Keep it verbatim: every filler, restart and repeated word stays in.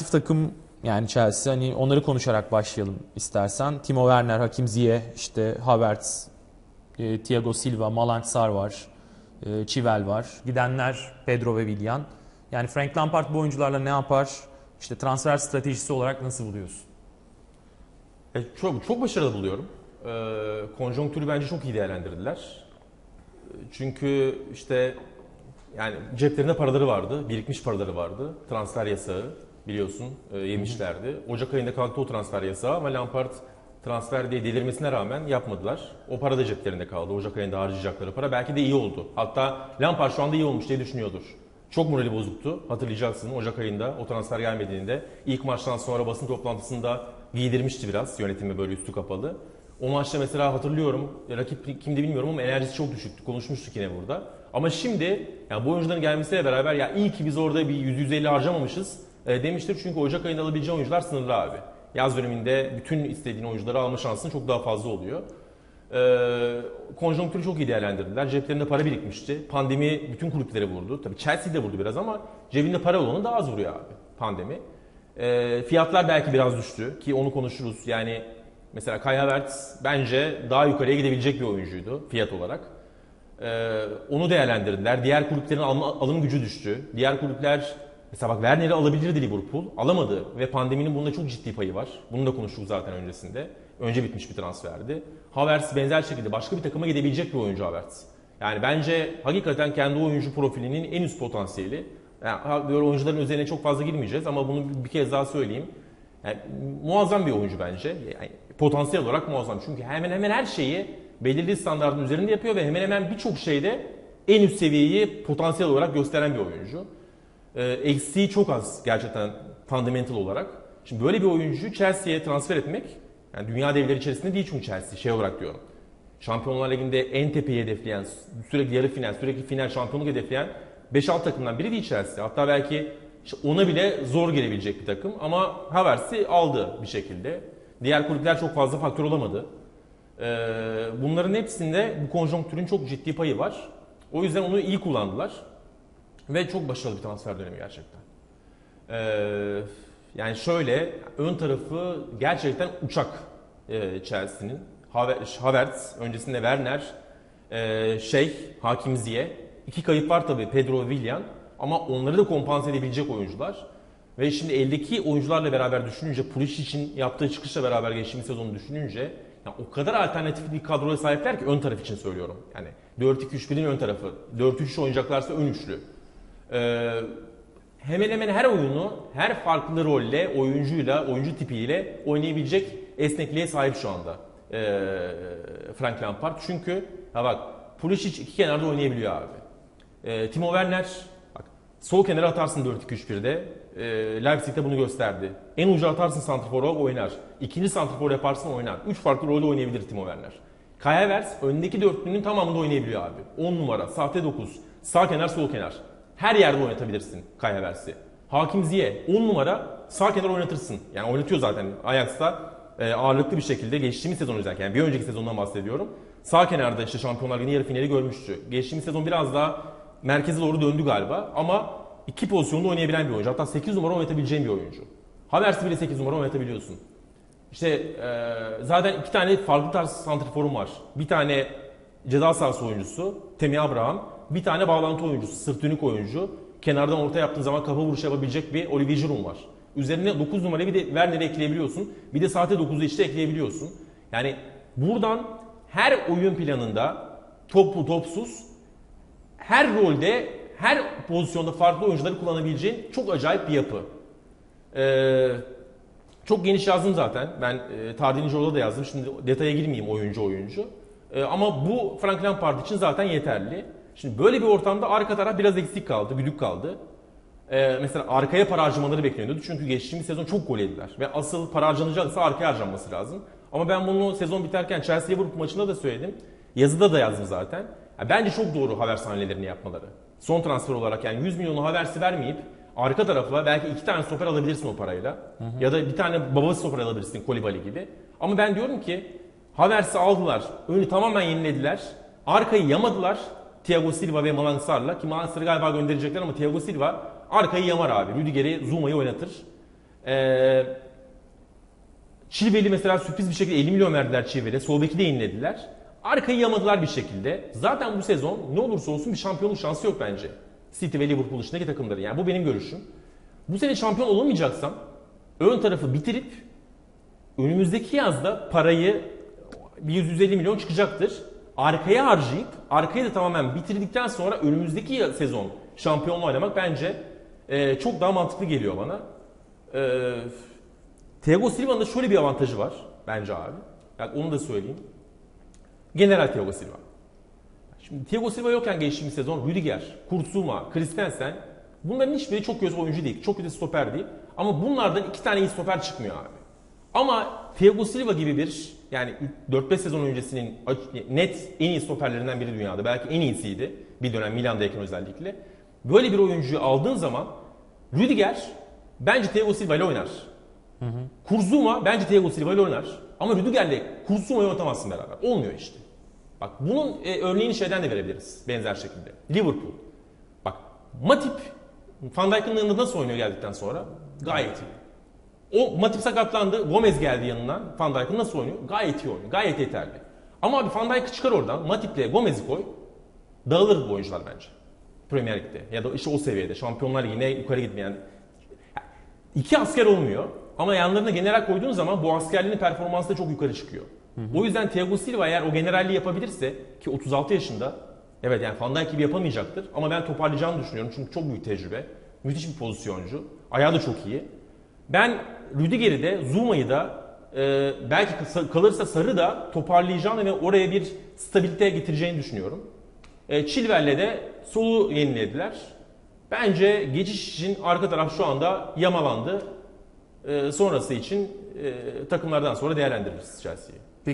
alternatif takım yani Chelsea, hani onları konuşarak başlayalım istersen. Timo Werner, Hakim Ziyech, işte Havertz, e, Thiago Silva, Malang Sarr var, e, Chilwell var. Gidenler Pedro ve Willian. Yani Frank Lampard bu oyuncularla ne yapar? İşte transfer stratejisi olarak nasıl buluyorsun? E, çok, çok başarılı buluyorum. E, konjonktürü bence çok iyi değerlendirdiler. Çünkü işte yani ceplerinde paraları vardı, birikmiş paraları vardı. Transfer yasağı biliyorsun e, yemişlerdi. Ocak ayında kalktı o transfer yasağı ama Lampard transfer diye delirmesine rağmen yapmadılar. O para da ceplerinde kaldı. Ocak ayında harcayacakları para belki de iyi oldu. Hatta Lampard şu anda iyi olmuş diye düşünüyordur. Çok morali bozuktu. Hatırlayacaksın Ocak ayında o transfer gelmediğinde ilk maçtan sonra basın toplantısında giydirmişti biraz yönetimi böyle üstü kapalı. O maçta mesela hatırlıyorum, rakip kimdi bilmiyorum ama enerjisi çok düşüktü. Konuşmuştuk yine burada. Ama şimdi yani bu oyuncuların gelmesiyle beraber ya iyi ki biz orada bir yüz yüz elli harcamamışız e, demiştir. Çünkü Ocak ayında alabileceği oyuncular sınırlı abi. Yaz döneminde bütün istediğin oyuncuları alma şansın çok daha fazla oluyor. E, konjonktürü çok iyi değerlendirdiler. Ceplerinde para birikmişti. Pandemi bütün kulüplere vurdu. Tabii Chelsea de vurdu biraz ama cebinde para olanı daha az vuruyor abi pandemi. E, fiyatlar belki biraz düştü ki onu konuşuruz. Yani mesela Kai Havertz bence daha yukarıya gidebilecek bir oyuncuydu fiyat olarak. Ee, onu değerlendirdiler. Diğer kulüplerin alım, alım gücü düştü. Diğer kulüpler mesela bak Werner'i alabilirdi Liverpool. Alamadı ve pandeminin bunda çok ciddi payı var. Bunu da konuştuk zaten öncesinde. Önce bitmiş bir transferdi. Havertz benzer şekilde başka bir takıma gidebilecek bir oyuncu Havertz. Yani bence hakikaten kendi oyuncu profilinin en üst potansiyeli. Yani böyle oyuncuların üzerine çok fazla girmeyeceğiz ama bunu bir kez daha söyleyeyim. Yani, muazzam bir oyuncu bence. Yani, potansiyel olarak muazzam. Çünkü hemen hemen her şeyi belirli standartın üzerinde yapıyor ve hemen hemen birçok şeyde en üst seviyeyi potansiyel olarak gösteren bir oyuncu. Ee, eksiği çok az gerçekten fundamental olarak. Şimdi böyle bir oyuncuyu Chelsea'ye transfer etmek, yani dünya devleri içerisinde değil çünkü Chelsea şey olarak diyorum. Şampiyonlar Ligi'nde en tepeyi hedefleyen, sürekli yarı final, sürekli final şampiyonluk hedefleyen beş altı takımdan biri değil Chelsea. Hatta belki ona bile zor gelebilecek bir takım ama Havertz'i aldı bir şekilde. Diğer kulüpler çok fazla faktör olamadı. Bunların hepsinde bu konjonktürün çok ciddi payı var. O yüzden onu iyi kullandılar. Ve çok başarılı bir transfer dönemi gerçekten. Yani şöyle, ön tarafı gerçekten uçak Chelsea'nin. Havertz, öncesinde Werner, şey, Hakim Ziyech. İki kayıp var tabii, Pedro ve Willian. Ama onları da kompanse edebilecek oyuncular. Ve şimdi eldeki oyuncularla beraber düşününce, Pulisic'in yaptığı çıkışla beraber geçtiğimiz sezonu düşününce yani o kadar alternatif bir kadroya sahipler ki ön taraf için söylüyorum. Yani dört iki üç bir'in ön tarafı. dört üç üç oynayacaklarsa ön üçlü. Ee, hemen hemen her oyunu, her farklı rolle, oyuncuyla, oyuncu tipiyle oynayabilecek esnekliğe sahip şu anda ee, Frank Lampard. Çünkü ha bak Pulisic iki kenarda oynayabiliyor abi. Ee, Timo Werner bak, sol kenara atarsın dört iki üç bir'de. Ee, Leipzig'te bunu gösterdi. En ucu atarsın santrfora oynar. İkinci santrfor yaparsın oynar. Üç farklı rolde oynayabilir Timo Werner. Kai Havertz öndeki dörtlünün tamamında oynayabiliyor abi. on numara, sahte dokuz, sağ kenar, sol kenar. Her yerde oynatabilirsin Kai Havertz'i. Hakim Ziyech on numara, sağ kenar oynatırsın. Yani oynatıyor zaten Ajax'ta e, ağırlıklı bir şekilde geçtiğimiz sezon özellikle. Yani bir önceki sezondan bahsediyorum. Sağ kenarda işte Şampiyonlar Ligi'nin yarı finali görmüştü. Geçtiğimiz sezon biraz daha merkeze doğru döndü galiba ama iki pozisyonda oynayabilen bir oyuncu. Hatta sekiz numara oynatabileceğin bir oyuncu. Havertz'i bile sekiz numara oynatabiliyorsun. İşte e, zaten iki tane farklı tarz santrforum var. Bir tane ceza sahası oyuncusu Temi Abraham. Bir tane bağlantı oyuncusu, sırt dönük oyuncu. Kenardan orta yaptığın zaman kafa vuruşu yapabilecek bir Olivier Giroud var. Üzerine dokuz numarayı bir de Werner'i ekleyebiliyorsun. Bir de sahte dokuzu işte ekleyebiliyorsun. Yani buradan her oyun planında toplu topsuz her rolde her pozisyonda farklı oyuncuları kullanabileceğin çok acayip bir yapı. Ee, çok geniş yazdım zaten. Ben e, Tardinico'da da yazdım. Şimdi detaya girmeyeyim oyuncu oyuncu. Ee, ama bu Frank Lampard için zaten yeterli. Şimdi böyle bir ortamda arka taraf biraz eksik kaldı, güdük kaldı. Ee, mesela arkaya para harcamaları bekleniyordu. Çünkü geçtiğimiz sezon çok gol yediler. Ve asıl para harcanacaksa arkaya harcanması lazım. Ama ben bunu sezon biterken Chelsea-Liverpool maçında da söyledim. Yazıda da yazdım zaten. Yani bence çok doğru Havertz hamlelerini yapmaları. Son transfer olarak yani yüz milyonu Havertz'i vermeyip arka tarafla belki iki tane stoper alabilirsin o parayla. Hı hı. Ya da bir tane baba stoper alabilirsin Koulibaly gibi. Ama ben diyorum ki Havertz'i aldılar. Önü tamamen yenilediler. Arkayı yamadılar. Thiago Silva ve Malang Sarr'la ki Malang Sarr'ı galiba gönderecekler ama Thiago Silva arkayı yamar abi. Rüdiger'i, Zuma'yı oynatır. Ee, Chilwell'i mesela sürpriz bir şekilde elli milyon verdiler Chilwell'e. Sol beki de yenilediler. Arkayı yamadılar bir şekilde. Zaten bu sezon ne olursa olsun bir şampiyonluk şansı yok bence. City ve Liverpool dışındaki takımların. Yani bu benim görüşüm. Bu sene şampiyon olamayacaksam ön tarafı bitirip önümüzdeki yazda parayı bir yüz yüz elli milyon çıkacaktır. Arkaya harcayıp arkayı da tamamen bitirdikten sonra önümüzdeki sezon şampiyonluğu oynamak bence e, çok daha mantıklı geliyor bana. E, Thiago Silva'nın da şöyle bir avantajı var bence abi. Yani onu da söyleyeyim. General Thiago Silva. Şimdi Thiago Silva yokken geçtiğimiz sezon Rüdiger, Kurtzuma, Christensen bunların hiçbiri çok kötü oyuncu değil. Çok kötü stoper değil. Ama bunlardan iki tane iyi stoper çıkmıyor abi. Ama Thiago Silva gibi bir yani dört beş sezon öncesinin net en iyi stoperlerinden biri dünyada. Belki en iyisiydi. Bir dönem Milan'dayken özellikle. Böyle bir oyuncuyu aldığın zaman Rüdiger bence Thiago Silva ile oynar. Hı hı. Kurzuma bence Thiago Silva ile oynar. Ama Rüdiger'le Kurzuma'yı oynatamazsın beraber. Olmuyor işte. Bak bunun e, örneğini şeyden de verebiliriz benzer şekilde. Liverpool. Bak Matip Van Dijk'ın yanında nasıl oynuyor geldikten sonra? Gayet iyi. O Matip sakatlandı. Gomez geldi yanına. Van Dijk'ın nasıl oynuyor? Gayet iyi oynuyor. Gayet yeterli. Ama abi Van Dijk'ı çıkar oradan. Matip'le Gomez'i koy. Dağılır bu oyuncular bence. Premier Lig'de. Ya da işte o seviyede. Şampiyonlar Ligi'ne yukarı gitmeyen. İki asker olmuyor. Ama yanlarına general koyduğun zaman bu askerliğin performansı da çok yukarı çıkıyor. Hı hı. O yüzden Thiago Silva eğer o generalliği yapabilirse ki otuz altı yaşında evet yani Van Dijk gibi yapamayacaktır ama ben toparlayacağını düşünüyorum çünkü çok büyük tecrübe. Müthiş bir pozisyoncu. Ayağı da çok iyi. Ben Rüdiger'i de Zuma'yı da e, belki kalırsa Sarı da toparlayacağını ve oraya bir stabilite getireceğini düşünüyorum. E, Chilwell'le de solu yenilediler. Bence geçiş için arka taraf şu anda yamalandı. E, sonrası için e, takımlardan sonra değerlendiririz Chelsea'yi.